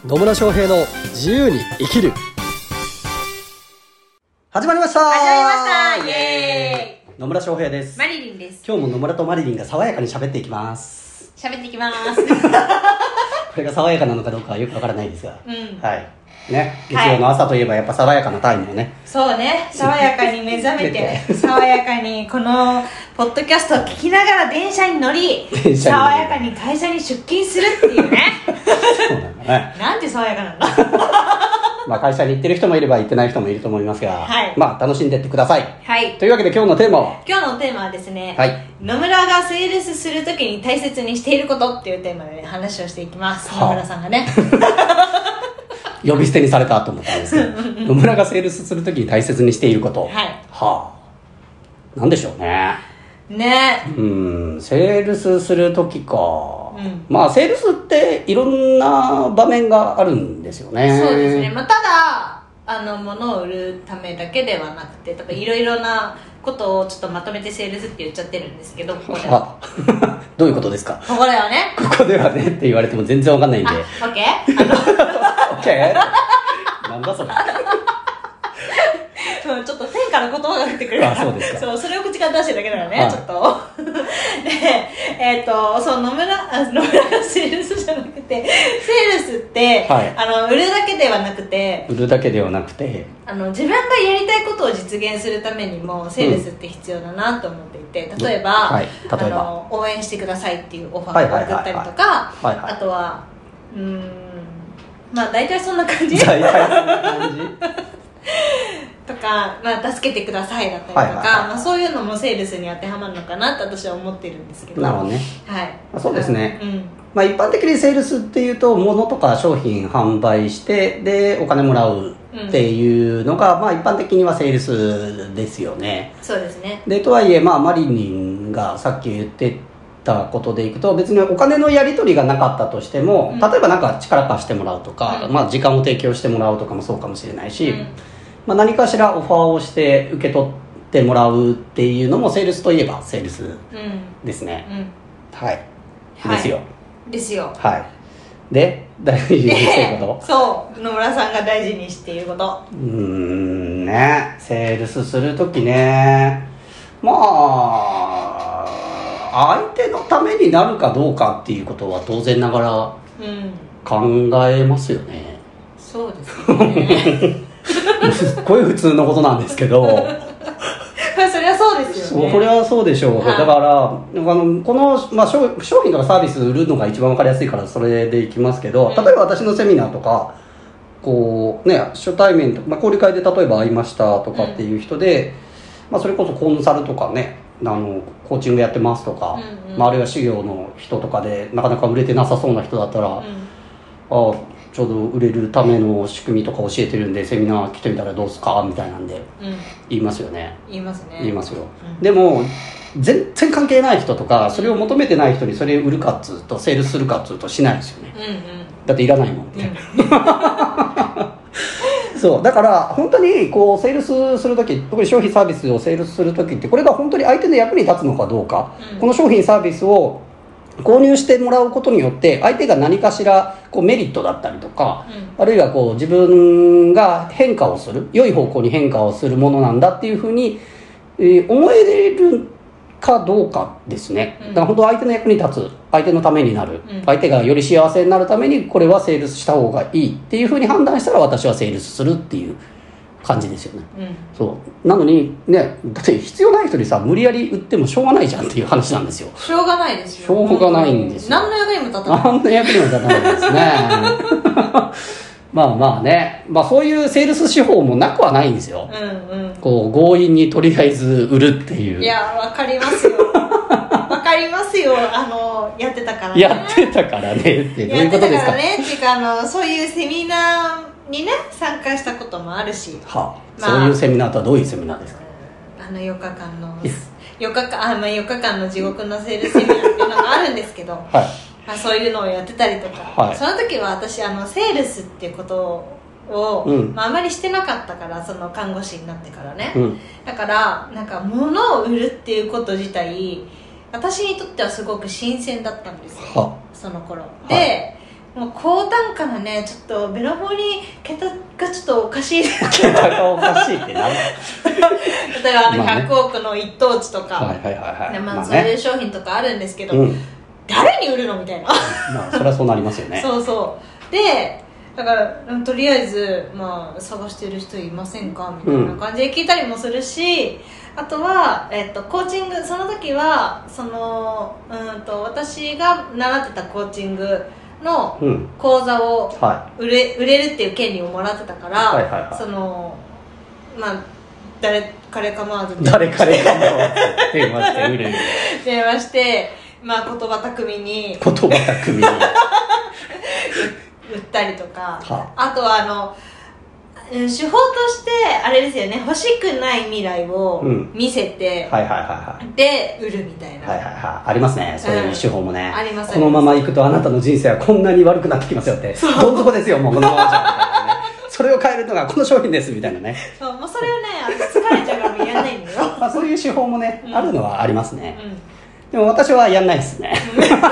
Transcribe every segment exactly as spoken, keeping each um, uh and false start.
野村翔平の自由に生きる。始まりました始まりましたイエーイ。 野村翔平です。 マリリンです。 今日も野村とマリリンが爽やかに喋っていきます。 喋っていきますこれが爽やかなのかどうかはよくわからないですが、 うん、 はいね、月曜の朝といえばやっぱ爽やかなタイムをね、 そうね、爽やかに目覚めて爽やかにこのポッドキャストを聞きながら電車に乗り爽やかに会社に出勤するっていうねそうなんだね。 なんて爽やかなんだまあ会社に行ってる人もいれば行ってない人もいると思いますが、 はい、 まあ楽しんでってください。 はい。 というわけで今日のテーマは今日のテーマはですね、 はい、 野村がセールスするときに大切にしていることっていうテーマで、ね、話をしていきます。野村さんがね呼び捨てにされたと思ったんですけど野村がセールスするときに大切にしていること、 はい、 はあ、なんでしょうね。 ね、 うん、セールスするときか、 うん、 まあセールスっていろんな場面があるんですよね。 そうですね、まあ、ただあの物を売るためだけではなくて、多分いろいろなことをちょっとまとめてセールスって言っちゃってるんですけど、ここではどういうことですか。 ここではねここではねって言われても全然わかんないんで、 あ、オッケーあのオッケーなんだそれうん、ちょっと天から言葉が降ってくるから、 あ、そうですか。 そう、それを口から出してるだけだからね、 はい、 ちょっとで、えっ、ー、とそう野村あ野村がセールスじゃなくて、セールスって、はい、あの売るだけではなくて売るだけではなくてあの自分がやりたいことを実現するためにもセールスって必要だなと思っていて、うん、例えば、はい、例えばあの応援してくださいっていうオファーを送ったりとか、あとはうーんまあ大体そんな感じ大体そんな感じとか、まあ、助けてくださいだったりとか、はいはいはい、まあ、そういうのもセールスに当てはまるのかなって私は思ってるんですけど。 なるほどね、 はい、 まあ、そうですね、 うん、 まあ、一般的にセールスっていうと物とか商品販売してでお金もらうっていうのが、うん、まあ、一般的にはセールスですよね。 そうですね。 でとはいえ、まあ、マリリンがさっき言ってたことでいくと、別にお金のやり取りがなかったとしても、うん、例えばなんか力貸してもらうとか、うん、まあ、時間を提供してもらうとかもそうかもしれないし、うん、まあ、何かしらオファーをして受け取ってもらうっていうのもセールスといえばセールスですね、うんうん、はい、はい、ですよですよ。 はい。で大事にしていること、 そう野村さんが大事にしていること、 うーんね、セールスするときね、まあ相手のためになるかどうかっていうことは当然ながら考えますよね、 うん、そうですねすっごい普通のことなんですけどそれはそうですよね。 それはそうでしょう、はい、だからあのこの、まあ、商品とかサービス売るのが一番分かりやすいからそれでいきますけど、うん、例えば私のセミナーとかこう、ね、初対面とか、まあ、交流会で例えば会いましたとかっていう人で、うん、まあ、それこそコンサルとかね、あのコーチングやってますとか、うんうん、まあ、あるいは修行の人とかでなかなか売れてなさそうな人だったら、うん、ああちょうど売れるための仕組みとか教えてるんでセミナー来てみたらどうすかみたいなんで言いますよね、 うん、言いますね言いますよ、うん、でも全然関係ない人とかそれを求めてない人にそれ売るかっつうとセールスするかっつうとしないですよね、うんうん、だっていらないもんって、うんそうだから本当にこうセールスするとき、特に商品サービスをセールスするときってこれが本当に相手の役に立つのかどうか、うん、この商品サービスを購入してもらうことによって相手が何かしらこうメリットだったりとか、うん、あるいはこう自分が変化をする良い方向に変化をするものなんだっていうふうに、えー、思えるかどうかですね、うん、だから本当相手の役に立つ、相手のためになる、うん、相手がより幸せになるためにこれはセールスした方がいいっていうふうに判断したら私はセールスするっていう感じですよね、うん、そうなのにね、だって必要ない人にさ無理やり売ってもしょうがないじゃんっていう話なんですよ。 しょうがないですよ。 しょうがないんですよ。 何の役にも立たない。 何の役にも立たないですねまあまあね、まあそういうセールス手法もなくはないんですよ、うんうん、こう強引にとりあえず売るっていう。 いやわかりますよわかりますよ、あのやってたからねやってたからねってどういうことですか。やってたからねっていうか、あのそういうセミナーにね参加したこともあるし、 はあ、まあ、そういうセミナーとはどういうセミナーですか。 あのよっかかんのよっかかん、あ、まあ、よっかかんの地獄のセールスセミナーっていうのがあるんですけど、はい、まあ、そういうのをやってたりとか、はい、その時は私あのセールスっていうことを、うんまあ、あまりしてなかったから、その看護師になってからね、うん、だからなんか物を売るっていうこと自体私にとってはすごく新鮮だったんですよ、その頃で、 もう高単価のねちょっとベラボーに桁がちょっとおかしい桁がおかしいって何例えばあのひゃくおくの一等地とか、 はいはいはいはい、 まあ、そういう商品とかあるんですけど、うん、誰に売るのみたいなまあそれはそうなりますよねそうそうでだからとりあえず、まあ、探してる人いませんかみたいな感じで聞いたりもするし、うん、あとは、えっと、コーチングその時はそのうんと私が習ってたコーチングの講座を売れ、うんはい、売れるっていう権利をもらってたから、はいはいはい、そのまあ誰彼構わず誰彼構わず電話して売れる電話して、まあ、言葉巧みに言葉巧みに売ったりとか、はあ、あとはあの手法としてあれですよね欲しくない未来を見せて、うんはいはいはいはい、で売るみたいな、 はいはいはい、ありますねそういう手法もね、 うん、ありますこのままいくとあなたの人生はこんなに悪くなってきますよってどん底ですよもうこのままじゃみたいなねそれを変えるのがこの商品ですみたいなねそうもうそれをね疲れちゃうからもうやんないんだよまあそういう手法もね、うん、あるのはありますね、うん、でも私はやんないですね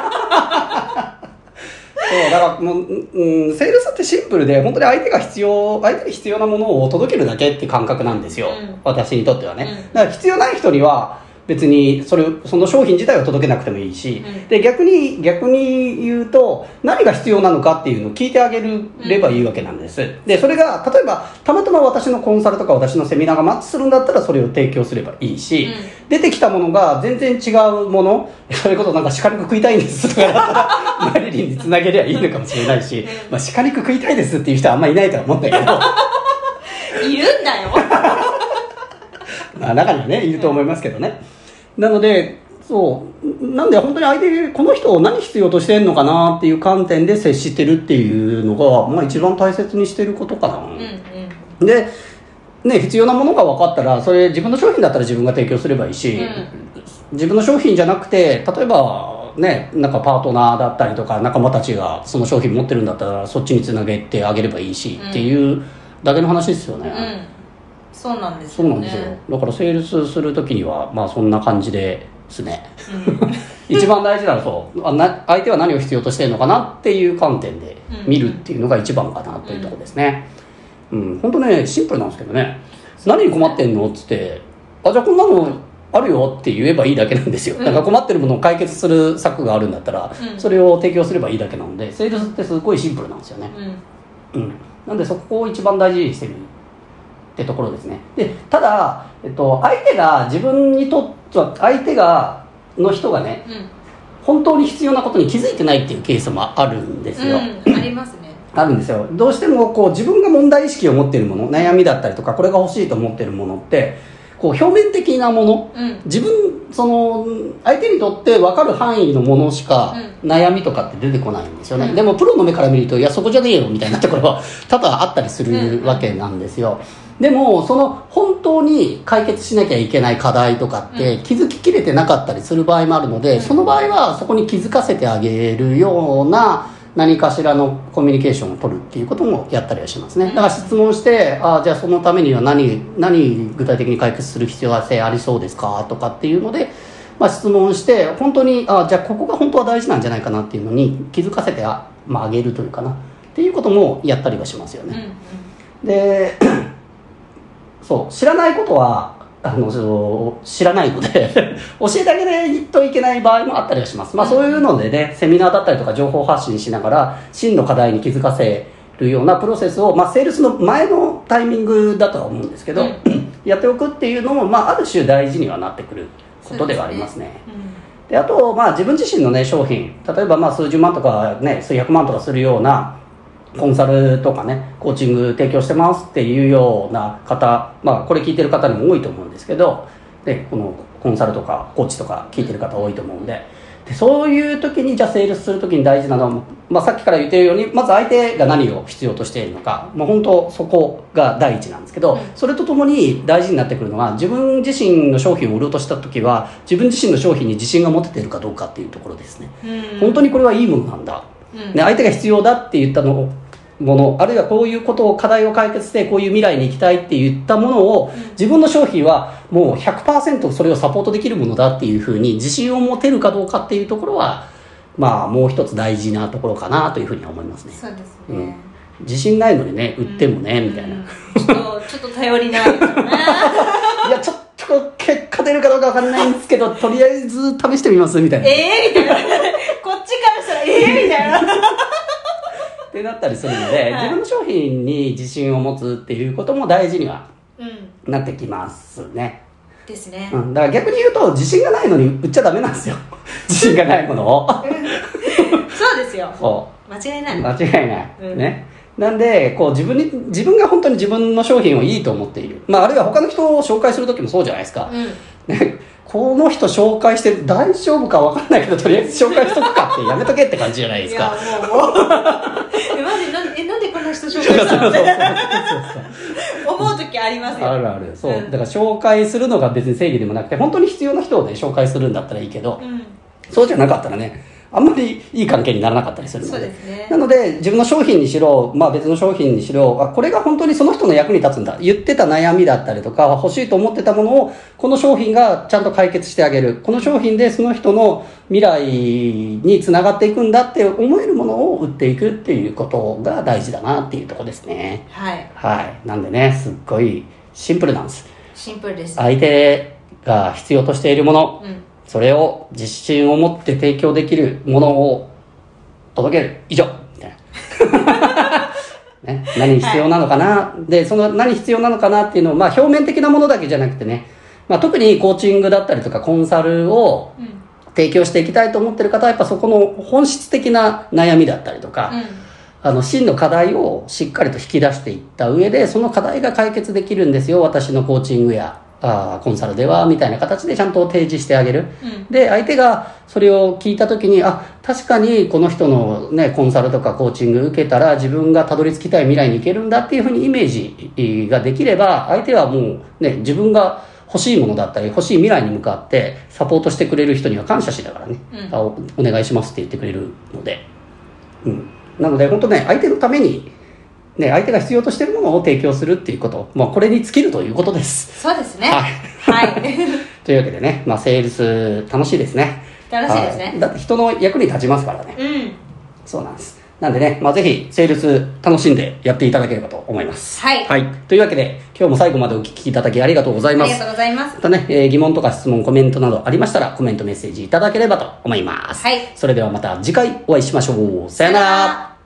そうだからもう、うん、セールスってシンプルで本当に相手が必要相手に必要なものを届けるだけって感覚なんですよ、うん、私にとってはね、うん、だから必要ない人には別にそれその商品自体を届けなくてもいいし、うん、で逆に逆に言うと何が必要なのかっていうのを聞いてあげればいいわけなんです、うん、でそれが例えばたまたま私のコンサルとか私のセミナーがマッチするんだったらそれを提供すればいいし、うん、出てきたものが全然違うものそういうことなんか鹿肉食いたいんですとかだったらマリリンにつなげりゃいいのかもしれないし、うんまあ、鹿肉食いたいですっていう人はあんまりいないとは思うんだけどいるんだよまあ中にはねいると思いますけどね、なのでそうなんで本当に相手この人を何必要としてるのかなっていう観点で接してるっていうのが、まあ、一番大切にしてることかな、うんうん、で、ね、必要なものが分かったらそれ自分の商品だったら自分が提供すればいいし、うん、自分の商品じゃなくて例えばね、なんかパートナーだったりとか仲間たちがその商品持ってるんだったらそっちにつなげてあげればいいし、うん、っていうだけの話ですよね、 うんそうなんですよね。そうなんですよ。だからセールスするときにはまあそんな感じですね。うん、一番大事なのはそうあな相手は何を必要としてるのかなっていう観点で見るっていうのが一番かなというところですね。うん、本当ねシンプルなんですけどね。何に困ってんのっつってあじゃあこんなのあるよって言えばいいだけなんですよ。だから困ってるものを解決する策があるんだったら、うん、それを提供すればいいだけなのでセールスってすごいシンプルなんですよね。うん。うん、なんでそこを一番大事にしてる。ってところですね。でただ、えっと、相手が自分にとっては相手がの人がね、うん、本当に必要なことに気づいてないっていうケースもあるんですよ、 うん、ありますねあるんですよ。どうしてもこう自分が問題意識を持っているもの悩みだったりとかこれが欲しいと思っているものってこう表面的なもの、うん、自分その相手にとって分かる範囲のものしか悩みとかって出てこないんですよね、うん、でもプロの目から見るといやそこじゃねえよみたいなところは多々あったりするわけなんですよ、うん、でもその本当に解決しなきゃいけない課題とかって気づききれてなかったりする場合もあるので、うん、その場合はそこに気づかせてあげるような何かしらのコミュニケーションを取るっていうこともやったりはしますね。だから質問してあじゃあそのためには何何具体的に解決する必要性ありそうですかとかっていうので、まあ、質問して本当にあじゃあここが本当は大事なんじゃないかなっていうのに気づかせてあ、まあ、あげるというかなっていうこともやったりはしますよね、うんうん、でそう知らないことはあの知らないので教えてあげないといけない場合もあったりはします、まあ、そういうのでねセミナーだったりとか情報発信しながら真の課題に気づかせるようなプロセスを、まあ、セールスの前のタイミングだとは思うんですけど、うん、やっておくっていうのも、まあ、ある種大事にはなってくることではありますね。で、ねうん、であと、まあ、自分自身の、ね、商品例えばまあ数十万とか、ね、数百万とかするようなコンサルとかねコーチング提供してますっていうような方、まあ、これ聞いてる方にも多いと思うんですけどでこのコンサルとかコーチとか聞いてる方多いと思うんで、でそういう時にじゃあセールスする時に大事なのは、まあ、さっきから言ってるようにまず相手が何を必要としているのか、まあ、本当そこが第一なんですけど、うん、それとともに大事になってくるのは自分自身の商品を売ろうとした時は自分自身の商品に自信が持てているかどうかっていうところですね、うん、本当にこれはいいものなんだ、うん、ね、相手が必要だって言ったのをものあるいはこういうことを課題を解決してこういう未来に行きたいって言ったものを自分の商品はもう ひゃくパーセント それをサポートできるものだっていうふうに自信を持てるかどうかっていうところはまあもう一つ大事なところかなというふうには思いますね。 そうですね、 うん、自信ないのにね売ってもね、うん、みたいな、うん、 ちょっとちょっと頼りないですよねいやちょっと結果出るかどうかわかんないんですけどとりあえず試してみますみたいな、 ええー、みたいなこっちからしたらええー、みたいなってなったりするので、はい、自分の商品に自信を持つっていうことも大事にはなってきますね、 うん、ですね、 うん、だから逆に言うと自信がないのに売っちゃダメなんですよ自信がないものをそうですよ、 そう間違いない間違いない、うん、ね。なんでこう自分に自分が本当に自分の商品をいいと思っている、まあ、あるいは他の人を紹介する時もそうじゃないですか、うんね、この人紹介して大丈夫か分かんないけどとりあえず紹介しとくかってやめとけって感じじゃないですか。 いやもうもうえマジなんえなんでこんな人紹介したのって思う時ありますよ。 あるある、そう、うん、だから紹介するのが別に正義でもなくて本当に必要な人をね紹介するんだったらいいけど、うん、そうじゃなかったらねあんまりいい関係にならなかったりするので、 そうですね、 なので自分の商品にしろ、まあ、別の商品にしろあこれが本当にその人の役に立つんだ言ってた悩みだったりとか欲しいと思ってたものをこの商品がちゃんと解決してあげるこの商品でその人の未来につながっていくんだって思えるものを売っていくっていうことが大事だなっていうところですね。 はい、 はい、なんでねすっごいシンプルなんです。 シンプルです。 相手が必要としているもの、うん、それを自信を持って提供できるものを届ける以上みたいな、ね、何必要なのかな、はい、でその何必要なのかなっていうのを、まあ、表面的なものだけじゃなくてね、まあ、特にコーチングだったりとかコンサルを提供していきたいと思ってる方はやっぱそこの本質的な悩みだったりとか、うん、あの真の課題をしっかりと引き出していった上でその課題が解決できるんですよ私のコーチングやあコンサルではみたいな形でちゃんと提示してあげる、うん、で相手がそれを聞いた時にあ確かにこの人の、ね、コンサルとかコーチング受けたら自分がたどり着きたい未来に行けるんだっていうふうにイメージができれば相手はもう、ね、自分が欲しいものだったり欲しい未来に向かってサポートしてくれる人には感謝しながらね、うん、あ お, お願いしますって言ってくれるので、うん、なので本当ね相手のためにね、相手が必要としているものを提供するっていうこと、まあ、これに尽きるということです。 そうですね。 はい。 はい、 というわけでね、まあ、セールス楽しいですね。 楽しいですね。 だって人の役に立ちますからね。 うん。 そうなんです。なんでね、まあ、ぜひ、セールス楽しんでやっていただければと思います。 はい。 はい。というわけで、今日も最後までお聞きいただきありがとうございます。 ありがとうございます。 またね、えー、疑問とか質問、コメントなどありましたら、コメントメッセージいただければと思います。 はい。 それではまた次回お会いしましょう。さよなら。